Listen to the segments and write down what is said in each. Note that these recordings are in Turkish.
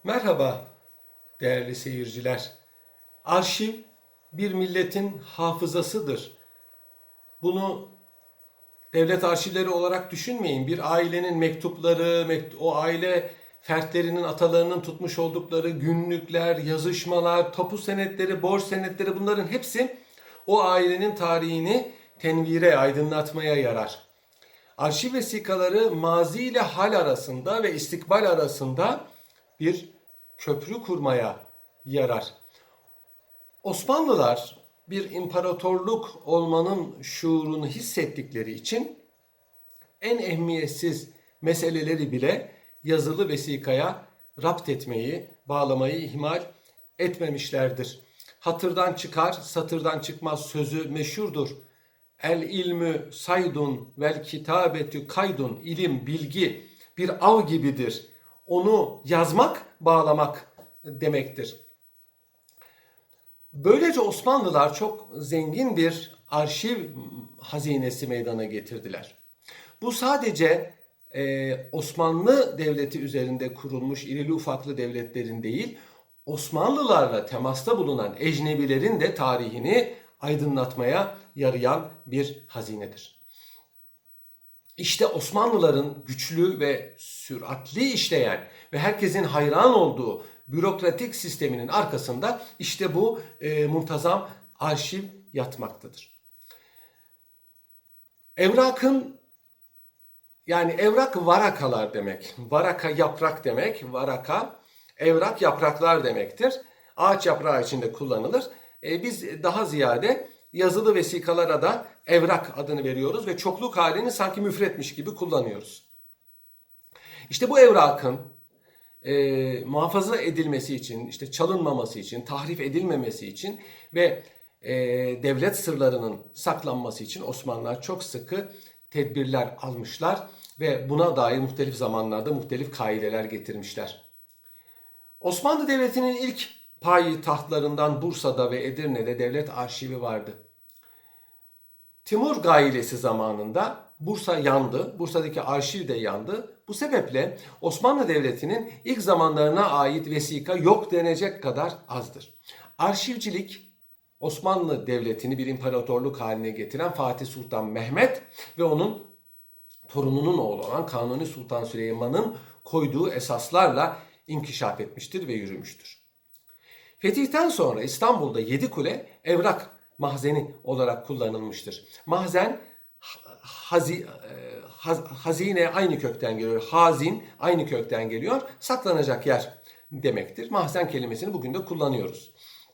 Merhaba değerli seyirciler. Arşiv bir milletin hafızasıdır. Bunu devlet arşivleri olarak düşünmeyin. Bir ailenin mektupları, o aile fertlerinin, atalarının tutmuş oldukları günlükler, yazışmalar, tapu senetleri, borç senetleri bunların hepsi o ailenin tarihini tenvire, aydınlatmaya yarar. Arşiv vesikaları mazi ile hal arasında ve istikbal arasında bir köprü kurmaya yarar. Osmanlılar bir imparatorluk olmanın şuurunu hissettikleri için en ehemmiyetsiz meseleleri bile yazılı vesikaya rapt etmeyi, bağlamayı ihmal etmemişlerdir. Hatırdan çıkar, satırdan çıkmaz sözü meşhurdur. El ilmü saydun vel kitabetü kaydun. İlim, bilgi bir av gibidir. Onu yazmak, bağlamak demektir. Böylece Osmanlılar çok zengin bir arşiv hazinesi meydana getirdiler. Bu sadece Osmanlı Devleti üzerinde kurulmuş irili ufaklı devletlerin değil, Osmanlılarla temasta bulunan ecnebilerin de tarihini aydınlatmaya yarayan bir hazinedir. İşte Osmanlıların güçlü ve süratli işleyen ve herkesin hayran olduğu bürokratik sisteminin arkasında işte bu muntazam arşiv yatmaktadır. Evrakın yani evrak varakalar demek. Varaka yaprak demek. Varaka evrak yapraklar demektir. Ağaç yaprağı içinde kullanılır. Biz daha ziyade yazılı vesikalara da evrak adını veriyoruz ve çokluk halini sanki müfretmiş gibi kullanıyoruz. İşte bu evrakın muhafaza edilmesi için, işte çalınmaması için, tahrif edilmemesi için ve devlet sırlarının saklanması için Osmanlılar çok sıkı tedbirler almışlar ve buna dair muhtelif zamanlarda muhtelif kaideler getirmişler. Osmanlı Devleti'nin ilk payitahtlarından Bursa'da ve Edirne'de devlet arşivi vardı. Timur gailesi zamanında Bursa yandı. Bursa'daki arşiv de yandı. Bu sebeple Osmanlı Devleti'nin ilk zamanlarına ait vesika yok denecek kadar azdır. Arşivcilik Osmanlı Devleti'ni bir imparatorluk haline getiren Fatih Sultan Mehmet ve onun torununun oğlu olan Kanuni Sultan Süleyman'ın koyduğu esaslarla inkişaf etmiştir ve yürümüştür. Fetihten sonra İstanbul'da Yedikule evrak mahzeni olarak kullanılmıştır. Mahzen hazine aynı kökten geliyor. Hazin aynı kökten geliyor. Saklanacak yer demektir. Mahzen kelimesini bugün de kullanıyoruz.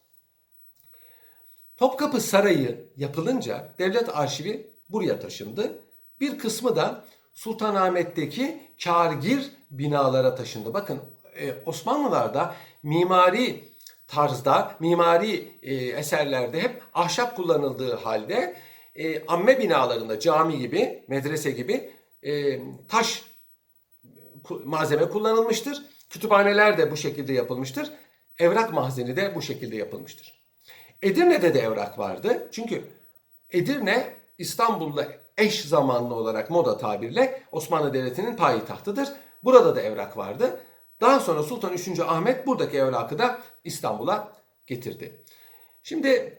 Topkapı Sarayı yapılınca devlet arşivi buraya taşındı. Bir kısmı da Sultanahmet'teki kârgir binalara taşındı. Bakın Osmanlılar'da mimari tarzda, mimari eserlerde hep ahşap kullanıldığı halde amme binalarında cami gibi, medrese gibi taş malzeme kullanılmıştır. Kütüphaneler de bu şekilde yapılmıştır. Evrak mahzeni de bu şekilde yapılmıştır. Edirne'de de evrak vardı. Çünkü Edirne İstanbul'la eş zamanlı olarak moda tabirle Osmanlı Devleti'nin payitahtıdır. Burada da evrak vardı. Daha sonra Sultan 3. Ahmet buradaki evrakı da İstanbul'a getirdi. Şimdi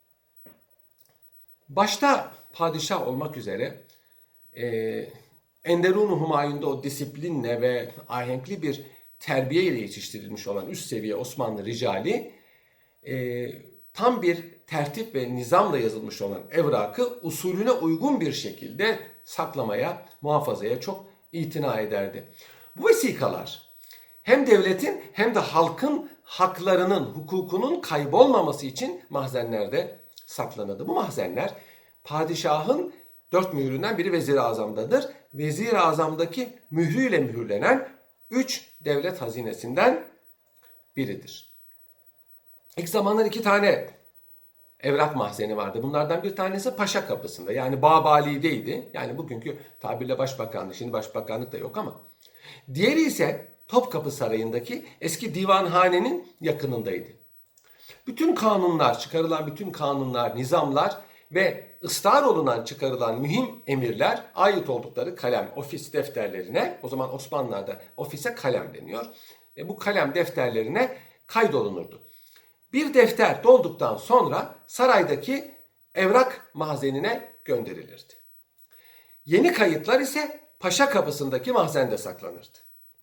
başta padişah olmak üzere Enderun-u Humayun'da o disiplinle ve ahenkli bir terbiye ile yetiştirilmiş olan üst seviye Osmanlı ricali tam bir tertip ve nizamla yazılmış olan evrakı usulüne uygun bir şekilde saklamaya, muhafazaya çok itina ederdi. Bu vesikalar hem devletin hem de halkın haklarının, hukukunun kaybolmaması için mahzenlerde saklanırdı. Bu mahzenler padişahın 4 mühründen biri Vezir-i Azam'dadır. Vezir-i Azam'daki mührüyle mühürlenen 3 devlet hazinesinden biridir. İlk zamanlar 2 tane evrak mahzeni vardı. Bunlardan bir tanesi Paşa Kapısı'nda, yani Babali'deydi. Yani bugünkü tabirle başbakanlık, şimdi başbakanlık da yok ama. Diğeri ise Topkapı Sarayı'ndaki eski divanhanenin yakınındaydı. Bütün kanunlar, çıkarılan bütün kanunlar, nizamlar ve ısrar olunan çıkarılan mühim emirler ait oldukları kalem, ofis defterlerine, o zaman Osmanlılar'da ofise kalem deniyor, bu kalem defterlerine kaydolunurdu. Bir defter dolduktan sonra saraydaki evrak mahzenine gönderilirdi. Yeni kayıtlar ise paşa kapısındaki mahzende saklanırdı.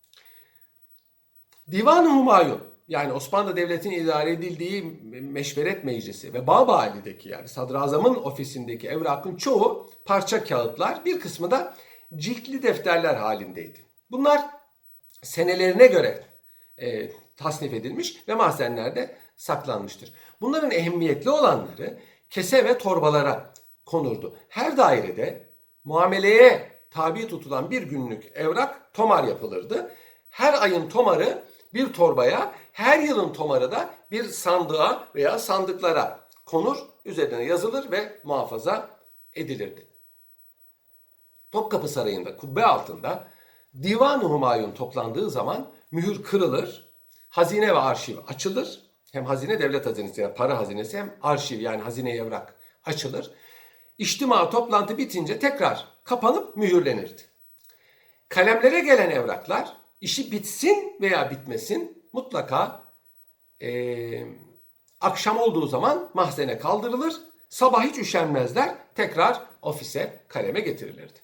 Divan-ı Humayun, yani Osmanlı Devleti'nin idare edildiği Meşveret Meclisi ve Babali'deki, yani Sadrazam'ın ofisindeki evrakın çoğu parça kağıtlar, bir kısmı da ciltli defterler halindeydi. Bunlar senelerine göre tasnif edilmiş ve mahzenlerde saklanmıştır. Bunların ehemmiyetli olanları kese ve torbalara konurdu. Her dairede muameleye tabi tutulan bir günlük evrak tomar yapılırdı. Her ayın tomarı bir torbaya, her yılın tomarı da bir sandığa veya sandıklara konur, üzerine yazılır ve muhafaza edilirdi. Topkapı Sarayı'nda kubbe altında Divan-ı Humayun toplandığı zaman mühür kırılır, hazine ve arşiv açılır. Hem hazine devlet hazinesi, yani para hazinesi, hem arşiv yani hazine evrak açılır. İçtima toplantı bitince tekrar kapanıp mühürlenirdi. Kalemlere gelen evraklar işi bitsin veya bitmesin mutlaka akşam olduğu zaman mahzene kaldırılır. Sabah hiç üşenmezler, tekrar ofise kaleme getirilirdi.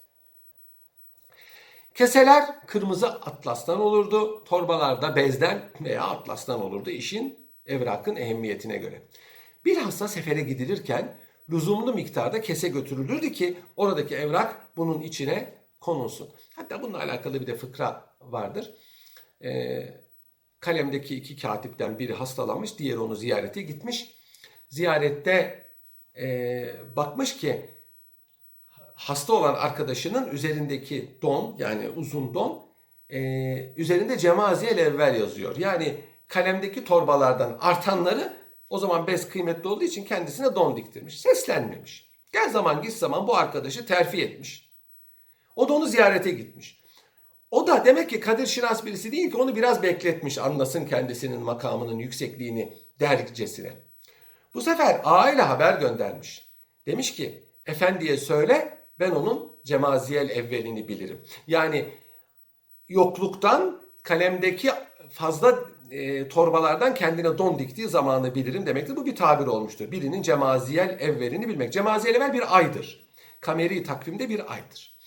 Keseler kırmızı atlastan olurdu. Torbalarda bezden veya atlastan olurdu işin, evrakın ehemmiyetine göre. Bilhassa sefere gidilirken lüzumlu miktarda kese götürülürdü ki oradaki evrak bunun içine konulsun. Hatta bununla alakalı bir de fıkra vardır. Kalemdeki iki katipten biri hastalanmış, diğeri onu ziyarete gitmiş. Ziyarette bakmış ki hasta olan arkadaşının üzerindeki don, yani uzun don, üzerinde Cemaziyel evvel yazıyor. Yani kalemdeki torbalardan artanları, o zaman bez kıymetli olduğu için kendisine don diktirmiş. Seslenmemiş. Gel zaman git zaman bu arkadaşı terfi etmiş. O da onu ziyarete gitmiş. O da demek ki kadir şinas birisi değil ki, onu biraz bekletmiş, anlasın kendisinin makamının yüksekliğini dercesine. Bu sefer ağa ile haber göndermiş. Demiş ki efendiye söyle, ben onun Cemaziyel evvelini bilirim. Yani yokluktan kalemdeki fazla torbalardan kendine don diktiği zamanı bilirim demektir. Bu bir tabir olmuştur. Birinin Cemaziyel evvelini bilmek. Cemaziyel evvel bir aydır. Kameri takvimde bir aydır.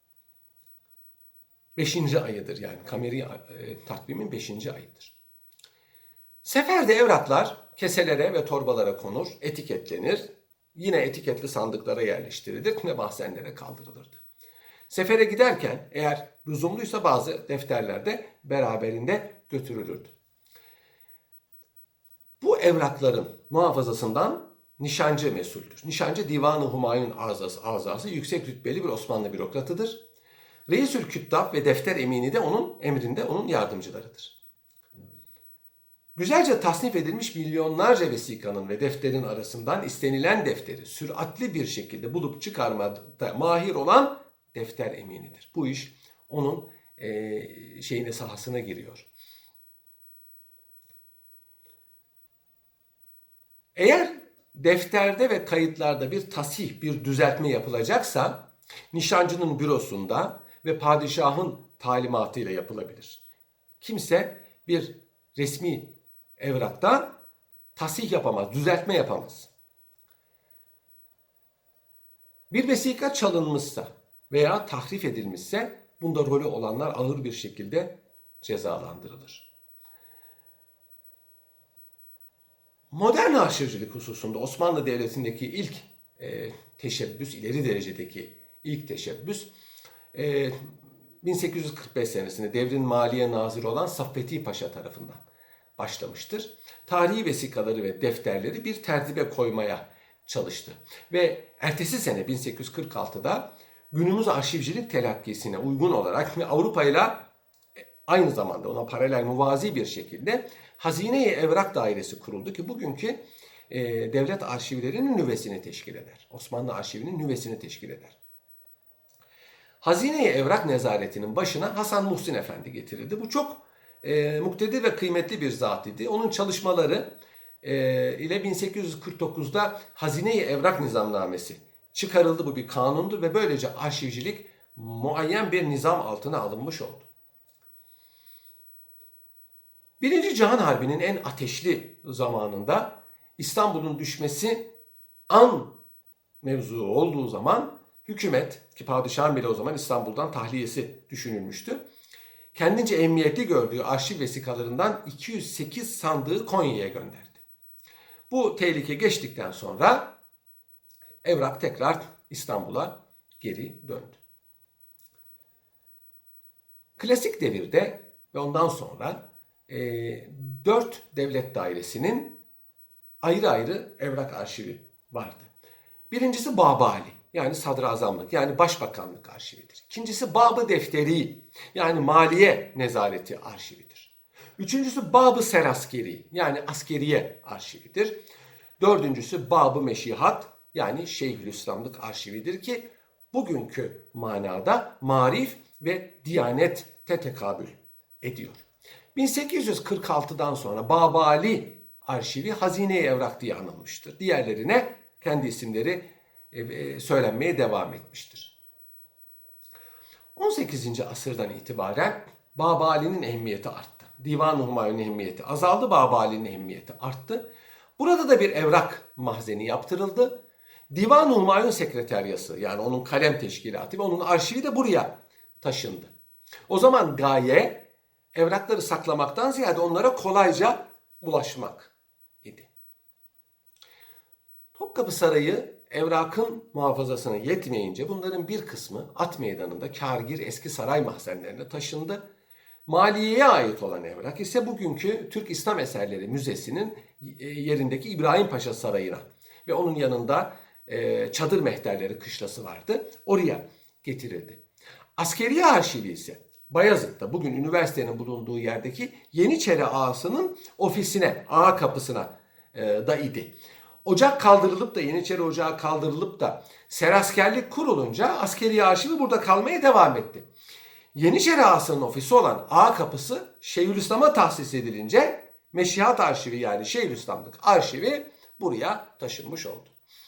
5. ayıdır yani. Kameri takvimin 5. ayıdır. Seferde evraklar keselere ve torbalara konur, etiketlenir. Yine etiketli sandıklara yerleştirilir ve mahzenlere kaldırılırdı. Sefere giderken eğer lüzumluysa bazı defterler de beraberinde götürülürdü. Bu evrakların muhafazasından nişancı mesuldür. Nişancı Divan-ı Humayun azası, yüksek rütbeli bir Osmanlı bürokratıdır. Reisül Küttab ve defter emini de onun emrinde, onun yardımcılarıdır. Güzelce tasnif edilmiş milyonlarca vesikanın ve defterin arasından istenilen defteri süratli bir şekilde bulup çıkarmada mahir olan defter eminidir. Bu iş onun sahasına giriyor. Eğer defterde ve kayıtlarda bir tasih, bir düzeltme yapılacaksa nişancının bürosunda ve padişahın talimatıyla yapılabilir. Kimse bir resmi evrakta tasih yapamaz, düzeltme yapamaz. Bir vesika çalınmışsa veya tahrif edilmişse bunda rolü olanlar ağır bir şekilde cezalandırılır. Modern arşivcilik hususunda Osmanlı Devleti'ndeki ilk teşebbüs, ileri derecedeki ilk teşebbüs 1845 senesinde devrin Maliye Nazırı olan Saffeti Paşa tarafından başlamıştır. Tarihi vesikaları ve defterleri bir tertibe koymaya çalıştı. Ve ertesi sene 1846'da günümüz arşivcilik telakkisine uygun olarak ve Avrupa ile aynı zamanda ona paralel muvazi bir şekilde Hazine-i Evrak Dairesi kuruldu ki bugünkü devlet arşivlerinin nüvesini teşkil eder. Osmanlı arşivinin nüvesini teşkil eder. Hazine-i Evrak Nezaretinin başına Hasan Muhsin Efendi getirildi. Bu çok muktedir ve kıymetli bir zat idi. Onun çalışmaları ile 1849'da Hazine-i Evrak Nizamnamesi çıkarıldı. Bu bir kanundur ve böylece arşivcilik muayyen bir nizam altına alınmış oldu. Birinci Cihan Harbi'nin en ateşli zamanında İstanbul'un düşmesi an mevzu olduğu zaman hükümet, ki padişahın bile o zaman İstanbul'dan tahliyesi düşünülmüştü, kendince emniyetli gördüğü arşiv vesikalarından 208 sandığı Konya'ya gönderdi. Bu tehlike geçtikten sonra evrak tekrar İstanbul'a geri döndü. Klasik devirde ve ondan sonra 4 devlet dairesinin ayrı ayrı evrak arşivi vardı. Birincisi Babali, yani sadrazamlık, yani başbakanlık arşividir. İkincisi Babı Defteri, yani maliye nezareti arşividir. Üçüncüsü Babı Seraskeri, yani askeriye arşividir. Dördüncüsü Babı Meşihat, yani Şeyhülislamlık arşividir ki bugünkü manada marif ve diyanete tekabül ediyor. 1846'dan sonra Babali arşivi Hazine-i Evrak diye anılmıştır. Diğerlerine kendi isimleri söylenmeye devam etmiştir. 18. asırdan itibaren Babali'nin ehemmiyeti arttı. Divan-ı Humayun'un ehemmiyeti azaldı, Babali'nin ehemmiyeti arttı. Burada da bir evrak mahzeni yaptırıldı. Divan-ı Humayun Sekreteryası, yani onun kalem teşkilatı ve onun arşivi de buraya taşındı. O zaman gaye evrakları saklamaktan ziyade onlara kolayca ulaşmak idi. Topkapı Sarayı evrakın muhafazasına yetmeyince bunların bir kısmı At Meydanı'nda kârgir eski saray mahzenlerine taşındı. Maliyeye ait olan evrak ise bugünkü Türk İslam Eserleri Müzesi'nin yerindeki İbrahim Paşa Sarayı'na ve onun yanında çadır mehterleri kışlası vardı. Oraya getirildi. Askeriye arşivi ise Bayezid'de, bugün üniversitenin bulunduğu yerdeki Yeniçeri Ağası'nın ofisine, ağa kapısına da idi. Ocak kaldırılıp da, Yeniçeri Ocağı kaldırılıp da seraskerlik kurulunca askeriye arşivi burada kalmaya devam etti. Yeniçeri Ağası'nın ofisi olan ağa kapısı Şeyhülislam'a tahsis edilince Meşihat arşivi, yani Şeyhülislamlık arşivi buraya taşınmış oldu.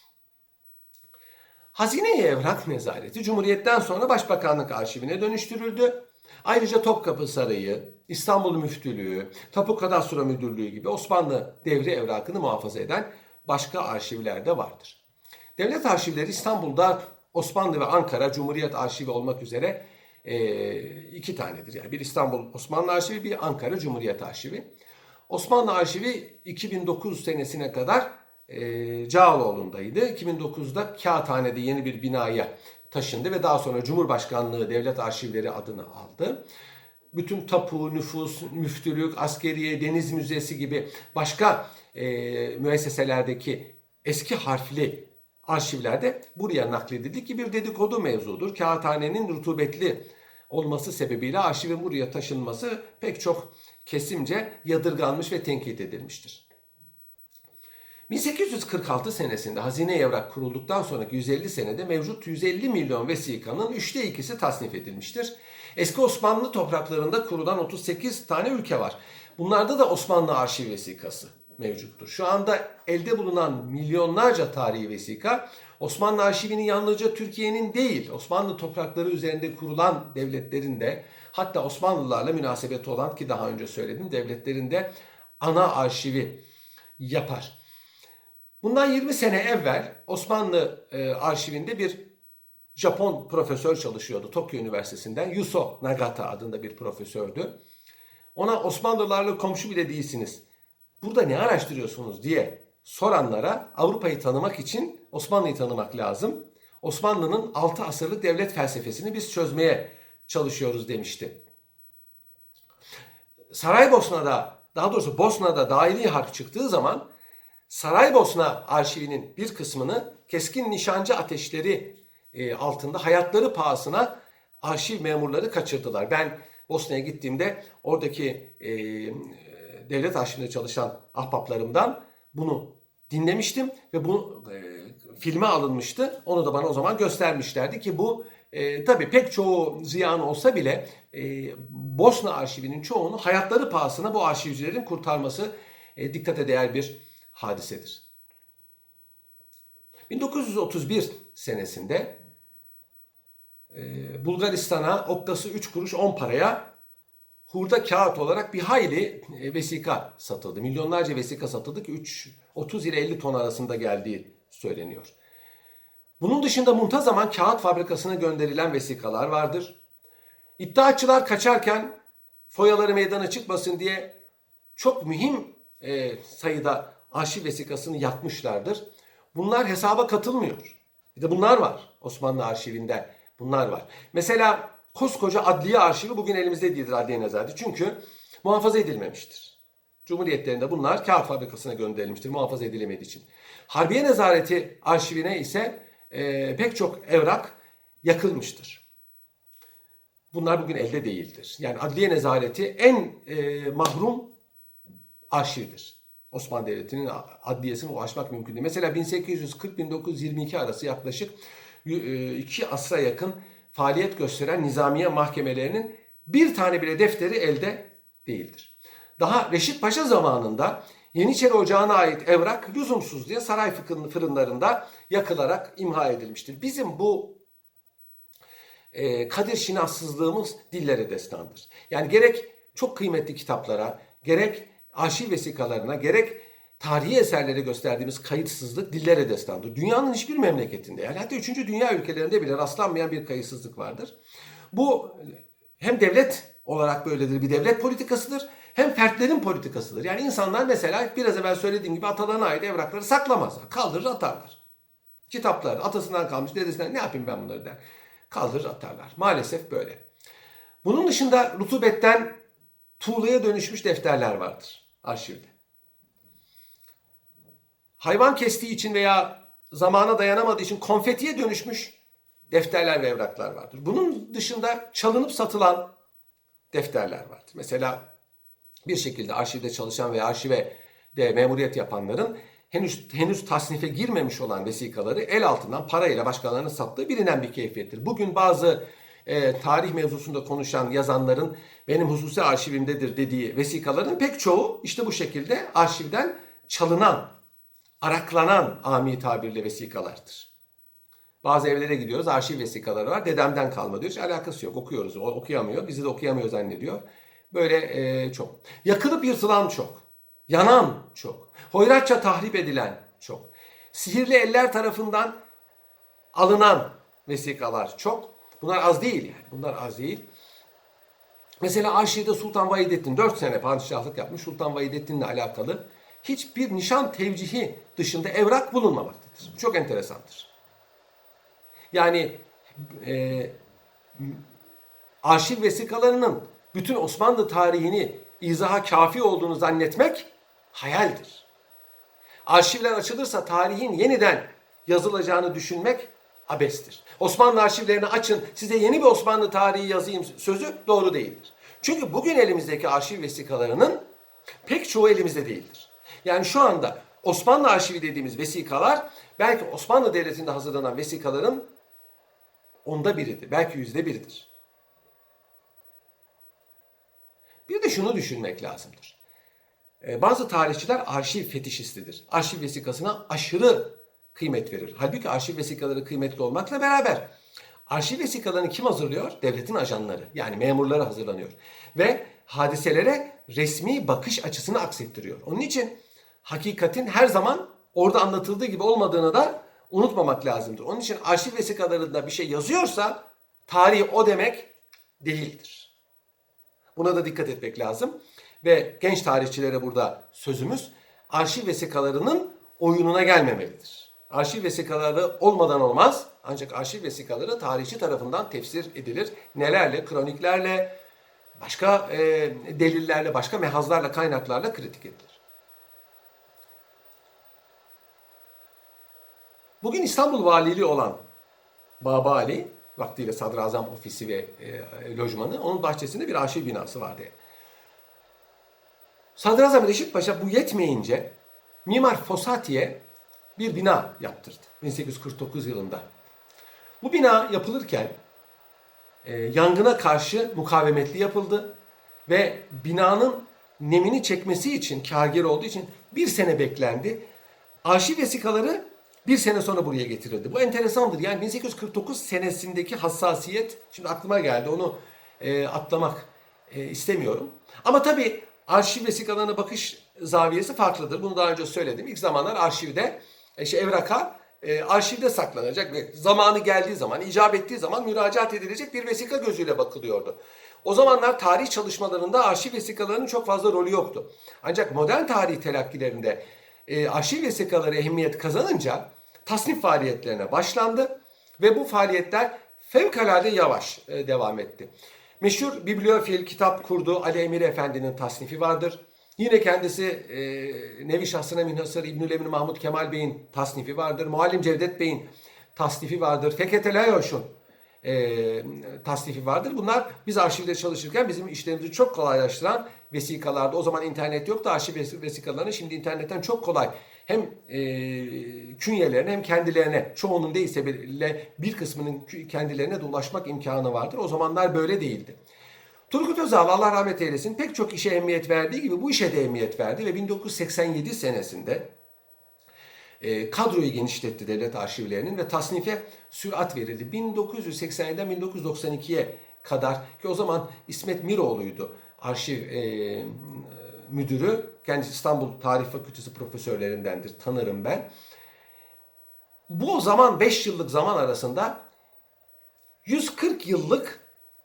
Hazine-i Evrak Nezareti Cumhuriyet'ten sonra Başbakanlık Arşivine dönüştürüldü. Ayrıca Topkapı Sarayı, İstanbul Müftülüğü, Tapu Kadastro Müdürlüğü gibi Osmanlı devri evrakını muhafaza eden başka arşivler de vardır. Devlet arşivleri İstanbul'da Osmanlı ve Ankara Cumhuriyet Arşivi olmak üzere iki tanedir. Yani bir İstanbul Osmanlı Arşivi, bir Ankara Cumhuriyet Arşivi. Osmanlı Arşivi 2009 senesine kadar Cağaloğlu'ndaydı. 2009'da Kağıthane'de yeni bir binaya taşındı ve daha sonra Cumhurbaşkanlığı Devlet Arşivleri adını aldı. Bütün tapu, nüfus, müftülük, askeriye, deniz müzesi gibi başka müesseselerdeki eski harfli arşivler de buraya nakledildi ki bir dedikodu mevzudur. Kağıthanenin rutubetli olması sebebiyle arşivin buraya taşınması pek çok kesimce yadırganmış ve tenkit edilmiştir. 1846 senesinde Hazine-i Evrak kurulduktan sonraki 150 senede mevcut 150 milyon vesikanın 2/3'ü tasnif edilmiştir. Eski Osmanlı topraklarında kurulan 38 tane ülke var. Bunlarda da Osmanlı arşiv vesikası mevcuttur. Şu anda elde bulunan milyonlarca tarihi vesika Osmanlı arşivinin yalnızca Türkiye'nin değil, Osmanlı toprakları üzerinde kurulan devletlerin de, hatta Osmanlılarla münasebeti olan, ki daha önce söyledim, devletlerin de ana arşivi yapar. Bundan 20 sene evvel Osmanlı arşivinde bir Japon profesör çalışıyordu Tokyo Üniversitesi'nden. Yuso Nagata adında bir profesördü. Ona Osmanlılarla komşu bile değilsiniz, burada ne araştırıyorsunuz diye soranlara Avrupa'yı tanımak için Osmanlı'yı tanımak lazım. Osmanlı'nın 6 asırlık devlet felsefesini biz çözmeye çalışıyoruz demişti. Saraybosna'da, daha doğrusu Bosna'da dahili harp çıktığı zaman Saraybosna arşivinin bir kısmını keskin nişancı ateşleri altında hayatları pahasına arşiv memurları kaçırdılar. Ben Bosna'ya gittiğimde oradaki devlet arşivinde çalışan ahbaplarımdan bunu dinlemiştim ve bu filme alınmıştı. Onu da bana o zaman göstermişlerdi ki bu tabii pek çoğu ziyan olsa bile Bosna arşivinin çoğunu hayatları pahasına bu arşivcilerin kurtarması dikkate değer bir hadisedir. 1931 senesinde Bulgaristan'a okkası 3 kuruş 10 paraya hurda kağıt olarak bir hayli vesika satıldı. Milyonlarca vesika satıldı ki 30 ile 50 ton arasında geldiği söyleniyor. Bunun dışında muntazaman kağıt fabrikasına gönderilen vesikalar vardır. İddiaçılar kaçarken foyaları meydana çıkmasın diye çok mühim sayıda arşiv vesikasını yakmışlardır. Bunlar hesaba katılmıyor. Bir de bunlar var. Osmanlı arşivinde bunlar var. Mesela koskoca adliye arşivi bugün elimizde değildir, adliye nezareti. Çünkü muhafaza edilmemiştir. Cumhuriyetlerinde bunlar kağıt fabrikasına gönderilmiştir muhafaza edilemediği için. Harbiye nezareti arşivine ise pek çok evrak yakılmıştır. Bunlar bugün elde değildir. Yani adliye nezareti en mahrum arşivdir. Osmanlı Devleti'nin adliyesine ulaşmak mümkün değil. Mesela 1840-1922 arası yaklaşık 2 asra yakın faaliyet gösteren nizamiye mahkemelerinin bir tane bile defteri elde değildir. Daha Reşit Paşa zamanında Yeniçeri Ocağı'na ait evrak lüzumsuz diye saray fırınlarında yakılarak imha edilmiştir. Bizim bu kadir şinassızlığımız dillere destandır. Yani gerek çok kıymetli kitaplara, gerek arşiv vesikalarına, gerek tarihi eserlere gösterdiğimiz kayıtsızlık dillere destandır. Dünyanın hiçbir memleketinde, yani hatta 3. dünya ülkelerinde bile rastlanmayan bir kayıtsızlık vardır. Bu hem devlet olarak böyledir, bir devlet politikasıdır, hem fertlerin politikasıdır. Yani insanlar mesela biraz evvel söylediğim gibi atalarına ait evrakları saklamazlar. Kaldırır atarlar. Kitaplar atasından kalmış, dedesinden, ne yapayım ben bunları der. Kaldırır atarlar. Maalesef böyle. Bunun dışında rutubetten tuğlaya dönüşmüş defterler vardır arşivde. Hayvan kestiği için veya zamana dayanamadığı için konfetiye dönüşmüş defterler ve evraklar vardır. Bunun dışında çalınıp satılan defterler vardır. Mesela bir şekilde arşivde çalışan veya arşive de memuriyet yapanların henüz tasnife girmemiş olan vesikaları el altından parayla başkalarına sattığı bilinen bir keyfiyettir. Bugün bazı tarih mevzusunda konuşan yazanların benim hususi arşivimdedir dediği vesikaların pek çoğu işte bu şekilde arşivden çalınan, araklanan ami tabirle vesikalardır. Bazı evlere gidiyoruz, arşiv vesikaları var, dedemden kalma diyor, hiç alakası yok, okuyoruz, o okuyamıyor, bizi de okuyamıyor zannediyor. Böyle çok. Yakılıp yırtılan çok. Yanan çok. Hoyratça tahrip edilen çok. Sihirli eller tarafından alınan vesikalar çok. Bunlar az değil yani. Bunlar az değil. Mesela arşivde Sultan Vahidettin 4 sene padişahlık yapmış. Sultan Vahidettin'le alakalı hiçbir nişan tevcihi dışında evrak bulunmamaktadır. Çok enteresandır. Yani arşiv vesikalarının bütün Osmanlı tarihini izaha kafi olduğunu zannetmek hayaldir. Arşivler açılırsa tarihin yeniden yazılacağını düşünmek abestir. Osmanlı arşivlerini açın, size yeni bir Osmanlı tarihi yazayım sözü doğru değildir. Çünkü bugün elimizdeki arşiv vesikalarının pek çoğu elimizde değildir. Yani şu anda Osmanlı arşivi dediğimiz vesikalar belki Osmanlı Devleti'nde hazırlanan vesikaların 1/10'idir. Belki 1/1'dir. Bir de şunu düşünmek lazımdır. Bazı tarihçiler arşiv fetişistidir. Arşiv vesikasına aşırı kıymet verir. Halbuki arşiv vesikaları kıymetli olmakla beraber arşiv vesikalarını kim hazırlıyor? Devletin ajanları, yani memurları hazırlanıyor. Ve hadiselere resmi bakış açısını aksettiriyor. Onun için hakikatin her zaman orada anlatıldığı gibi olmadığını da unutmamak lazımdır. Onun için arşiv vesikalarında bir şey yazıyorsa tarih o demek değildir. Buna da dikkat etmek lazım. Ve genç tarihçilere burada sözümüz, arşiv vesikalarının oyununa gelmemelidir. Arşiv vesikaları olmadan olmaz, ancak arşiv vesikaları tarihçi tarafından tefsir edilir. Nelerle? Kroniklerle, başka delillerle, başka mehazlarla, kaynaklarla kritik edilir. Bugün İstanbul Valiliği olan Baba Ali, vaktiyle Sadrazam Ofisi ve lojmanı, onun bahçesinde bir arşiv binası vardı. Sadrazam Reşit Paşa bu yetmeyince Mimar Fossati'ye bir bina yaptırdı 1849 yılında. Bu bina yapılırken yangına karşı mukavemetli yapıldı ve binanın nemini çekmesi için, kârgâr olduğu için 1 sene beklendi. Arşiv vesikaları 1 sene sonra buraya getirildi. Bu enteresandır. Yani 1849 senesindeki hassasiyet, şimdi aklıma geldi, onu atlamak istemiyorum. Ama tabii arşiv vesikalarına bakış zaviyesi farklıdır. Bunu daha önce söyledim. İlk zamanlar arşivde, evraka arşivde saklanacak ve zamanı geldiği zaman, icap ettiği zaman müracaat edilecek bir vesika gözüyle bakılıyordu. O zamanlar tarih çalışmalarında arşiv vesikalarının çok fazla rolü yoktu. Ancak modern tarih telakkilerinde arşiv vesikaları ehemmiyet kazanınca tasnif faaliyetlerine başlandı ve bu faaliyetler fevkalade yavaş devam etti. Meşhur bibliofil, kitap kurdu Ali Emir Efendi'nin tasnifi vardır. Yine kendisi Nevi Şahsına Münhasır İbnül Emin Mahmud Kemal Bey'in tasnifi vardır. Muallim Cevdet Bey'in tasnifi vardır. Feket Layoş'un tasnifi vardır. Bunlar biz arşivde çalışırken bizim işlerimizi çok kolaylaştıran vesikalardı. O zaman internet yoktu. Arşiv vesikalarını şimdi internetten çok kolay hem künyelerine hem kendilerine, çoğunun değilse bile bir kısmının kendilerine de ulaşmak imkanı vardır. O zamanlar böyle değildi. Turgut Özal Allah rahmet eylesin pek çok işe ehemmiyet verdiği gibi bu işe de ehemmiyet verdi ve 1987 senesinde kadroyu genişletti devlet arşivlerinin ve tasnife sürat verildi. 1987'den 1992'ye kadar ki o zaman İsmet Miroğlu'ydu arşiv müdürü. Kendisi İstanbul Tarih Fakültesi profesörlerindendir, tanırım ben. Bu zaman 5 yıllık zaman arasında 140 yıllık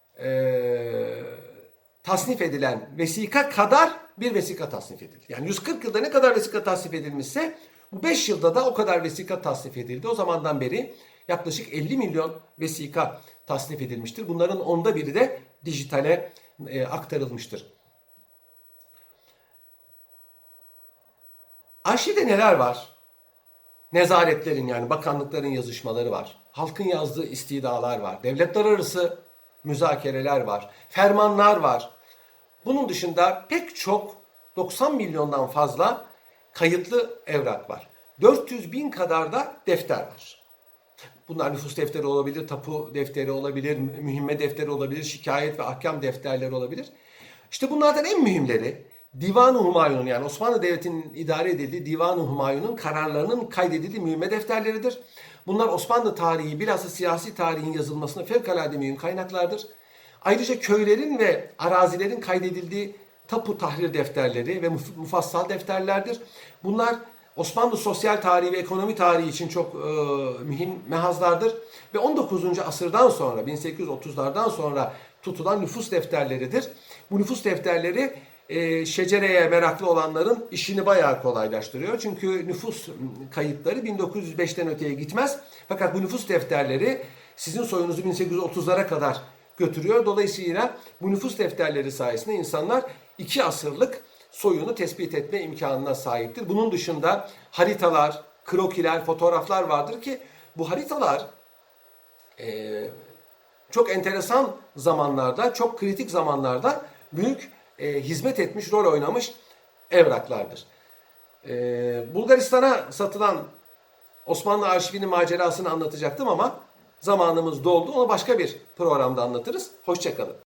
tasnif edilen vesika kadar bir vesika tasnif edildi. Yani 140 yılda ne kadar vesika tasnif edilmişse bu 5 yılda da o kadar vesika tasnif edildi. O zamandan beri yaklaşık 50 milyon vesika tasnif edilmiştir. Bunların onda biri de dijitale aktarılmıştır. Arşivde neler var? Nezaretlerin yani bakanlıkların yazışmaları var. Halkın yazdığı istidalar var. Devletler arası müzakereler var. Fermanlar var. Bunun dışında pek çok 90 milyondan fazla kayıtlı evrak var. 400 bin kadar da defter var. Bunlar nüfus defteri olabilir, tapu defteri olabilir, mühimme defteri olabilir, şikayet ve ahkam defterleri olabilir. İşte bunlardan en mühimleri Divan-ı Humayun'un yani Osmanlı Devleti'nin idare edildiği Divan-ı Humayun'un kararlarının kaydedildiği mühimme defterleridir. Bunlar Osmanlı tarihi bilhassa siyasi tarihin yazılmasına fevkalade mühim kaynaklardır. Ayrıca köylerin ve arazilerin kaydedildiği tapu tahrir defterleri ve mufassal defterlerdir. Bunlar Osmanlı sosyal tarihi ve ekonomi tarihi için çok mühim mehazlardır. Ve 19. asırdan sonra 1830'lardan sonra tutulan nüfus defterleridir. Bu nüfus defterleri şecereye meraklı olanların işini bayağı kolaylaştırıyor. Çünkü nüfus kayıtları 1905'ten öteye gitmez. Fakat bu nüfus defterleri sizin soyunuzu 1830'lara kadar götürüyor. Dolayısıyla bu nüfus defterleri sayesinde insanlar 2 asırlık soyunu tespit etme imkanına sahiptir. Bunun dışında haritalar, krokiler, fotoğraflar vardır ki bu haritalar çok enteresan zamanlarda, çok kritik zamanlarda büyük hizmet etmiş, rol oynamış evraklardır. Bulgaristan'a satılan Osmanlı arşivinin macerasını anlatacaktım ama zamanımız doldu. Onu başka bir programda anlatırız. Hoşça kalın.